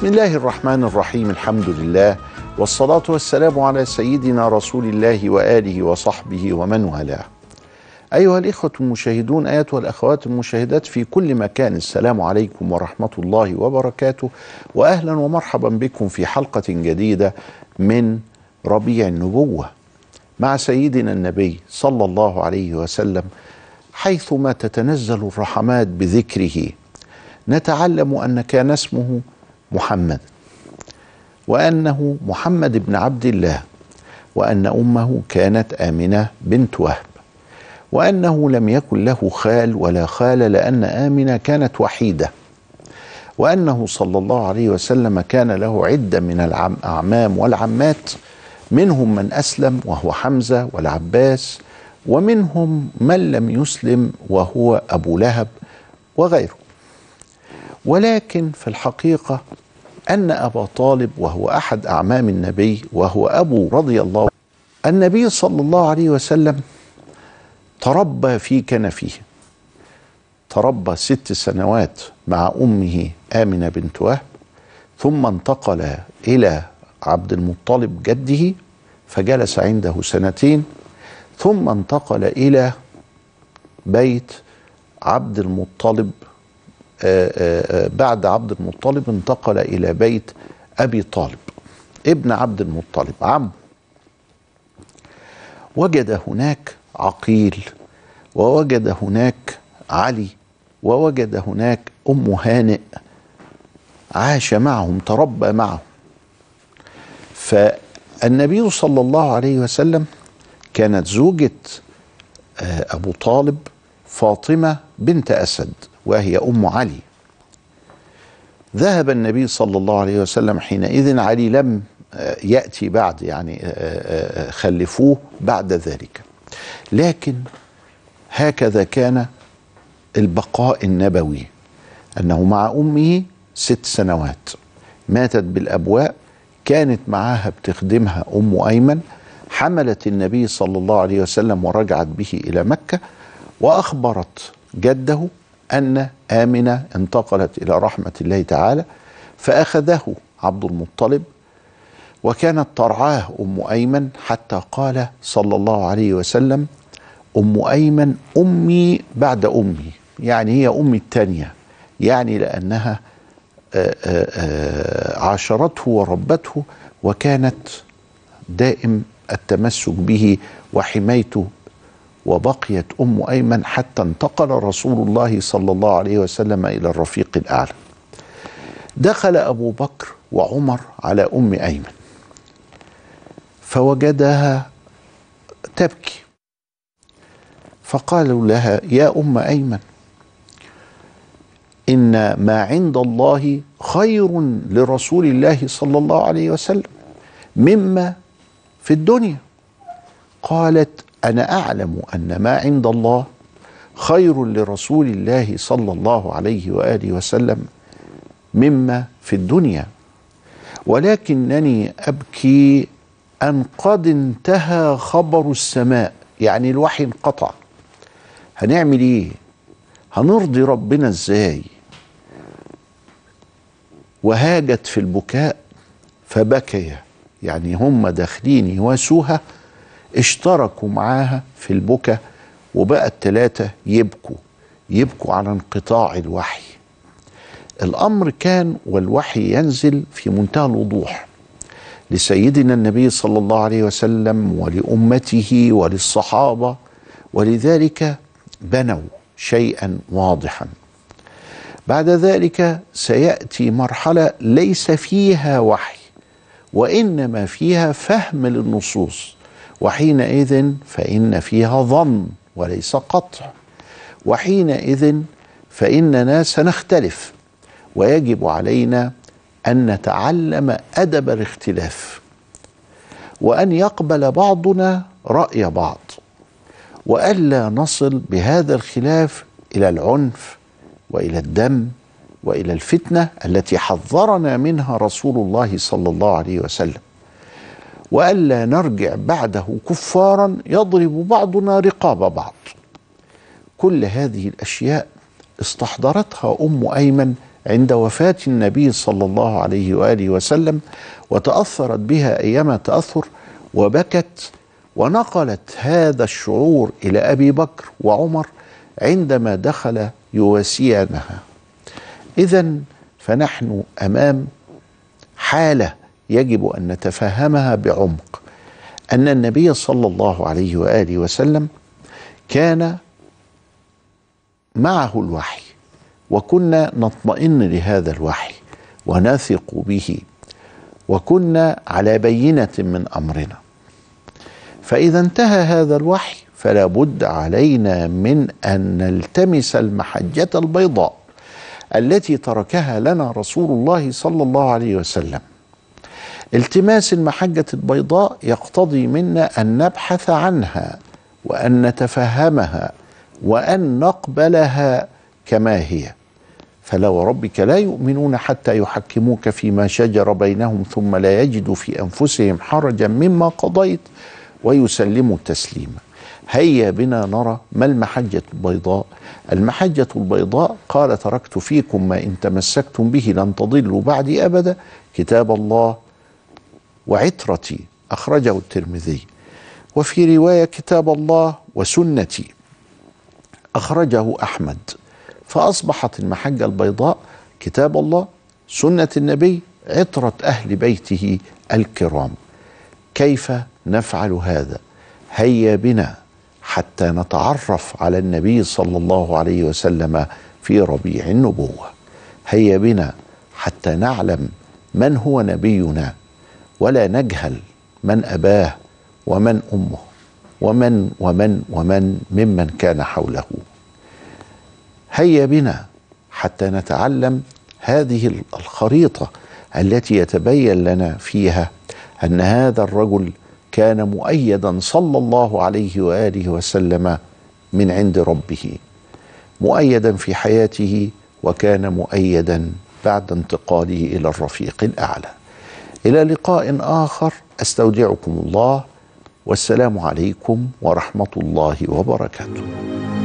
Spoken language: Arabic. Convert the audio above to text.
بسم الله الرحمن الرحيم. الحمد لله والصلاة والسلام على سيدنا رسول الله وآله وصحبه ومن والاه. أيها الإخوة المشاهدون، أيتها الأخوات المشاهدات في كل مكان، السلام عليكم ورحمة الله وبركاته، وأهلا ومرحبا بكم في حلقة جديدة من ربيع النبوة مع سيدنا النبي صلى الله عليه وسلم، حيثما تتنزل الرحمات بذكره نتعلم أن كان اسمه محمد، وأنه محمد بن عبد الله، وأن أمه كانت آمنة بنت وهب، وأنه لم يكن له خال ولا خالة لأن آمنة كانت وحيدة، وأنه صلى الله عليه وسلم كان له عدة من الأعمام والعمات، منهم من أسلم وهو حمزة والعباس، ومنهم من لم يسلم وهو أبو لهب وغيره. ولكن في الحقيقة أن أبا طالب وهو أحد أعمام النبي وهو أبو رضي الله عنه، النبي صلى الله عليه وسلم تربى في كنفه، تربى 6 سنوات مع أمه آمنة بنت وهب، ثم انتقل إلى عبد المطلب جده فجلس عنده 2 سنين، ثم انتقل إلى بيت عبد المطلب. بعد عبد المطلب انتقل إلى بيت أبي طالب ابن عبد المطلب عمه. وجد هناك عقيل، ووجد هناك علي، ووجد هناك أم هانئ، عاش معهم، تربى معهم. فالنبي صلى الله عليه وسلم كانت زوجة أبو طالب فاطمة بنت أسد، وهي أم علي. ذهب النبي صلى الله عليه وسلم حينئذ، علي لم يأتي بعد، يعني خلفوه بعد ذلك، لكن هكذا كان البقاء النبوي، أنه مع أمه 6 سنوات، ماتت بالأبواء، كانت معاها بتخدمها أم أيمن، حملت النبي صلى الله عليه وسلم ورجعت به إلى مكة، وأخبرت جده أن آمنة انتقلت إلى رحمة الله تعالى، فأخذه عبد المطلب، وكانت ترعاه أم أيمن، حتى قال صلى الله عليه وسلم: أم أيمن أمي بعد أمي، يعني هي أمي الثانية، يعني لأنها عاشرته وربته، وكانت دائم التمسك به وحمايته. وبقيت أم أيمن حتى انتقل رسول الله صلى الله عليه وسلم إلى الرفيق الأعلى. دخل أبو بكر وعمر على أم أيمن فوجدها تبكي، فقالوا لها: يا أم أيمن، إن ما عند الله خير لرسول الله صلى الله عليه وسلم مما في الدنيا. قالت: أنا أعلم أن ما عند الله خير لرسول الله صلى الله عليه وآله وسلم مما في الدنيا، ولكنني أبكي أن قد انتهى خبر السماء، يعني الوحي انقطع، هنعمل إيه؟ هنرضي ربنا إزاي؟ وهاجت في البكاء فبكي، يعني هم داخلين يواسوها، اشتركوا معاها في البكاء، وبقى ال3 يبكوا على انقطاع الوحي. الأمر كان والوحي ينزل في منتهى الوضوح لسيدنا النبي صلى الله عليه وسلم ولأمته وللصحابة، ولذلك بنوا شيئا واضحا. بعد ذلك سيأتي مرحلة ليس فيها وحي، وإنما فيها فهم للنصوص، وحينئذ فإن فيها ظن وليس قطع، وحينئذ فإننا سنختلف، ويجب علينا أن نتعلم أدب الاختلاف، وأن يقبل بعضنا رأي بعض، وألا نصل بهذا الخلاف إلى العنف وإلى الدم وإلى الفتنة التي حذرنا منها رسول الله صلى الله عليه وسلم، وألا نرجع بعده كفارا يضرب بعضنا رقاب بعض. كل هذه الأشياء استحضرتها أم أيمن عند وفاة النبي صلى الله عليه وآله وسلم، وتأثرت بها أيما تأثر وبكت، ونقلت هذا الشعور إلى أبي بكر وعمر عندما دخل يواسيانها. إذن فنحن أمام حالة يجب أن نتفهمها بعمق، أن النبي صلى الله عليه وآله وسلم كان معه الوحي، وكنا نطمئن لهذا الوحي ونثق به، وكنا على بينة من أمرنا. فإذا انتهى هذا الوحي فلا بد علينا من أن نلتمس المحجة البيضاء التي تركها لنا رسول الله صلى الله عليه وسلم. التماس المحجة البيضاء يقتضي منا أن نبحث عنها وأن نتفهمها وأن نقبلها كما هي. فلا وربك لا يؤمنون حتى يحكموك فيما شجر بينهم ثم لا يجدوا في أنفسهم حرجا مما قضيت ويسلموا تسليما. هيا بنا نرى ما المحجة البيضاء. المحجة البيضاء قال: تركت فيكم ما إن تمسكتم به لن تضلوا بعدي أبدا، كتاب الله وعترتي، أخرجه الترمذي. وفي رواية كتاب الله وسنتي، أخرجه أحمد. فأصبحت المحجة البيضاء كتاب الله، سنة النبي، عترة أهل بيته الكرام. كيف نفعل هذا؟ هيا بنا حتى نتعرف على النبي صلى الله عليه وسلم في ربيع النبوة. هيا بنا حتى نعلم من هو نبينا، ولا نجهل من أباه ومن أمه ومن ومن ومن ممن كان حوله. هيا بنا حتى نتعلم هذه الخريطة التي يتبين لنا فيها أن هذا الرجل كان مؤيدا صلى الله عليه وآله وسلم من عند ربه، مؤيدا في حياته، وكان مؤيدا بعد انتقاله إلى الرفيق الأعلى. إلى لقاء آخر، أستودعكم الله، والسلام عليكم ورحمة الله وبركاته.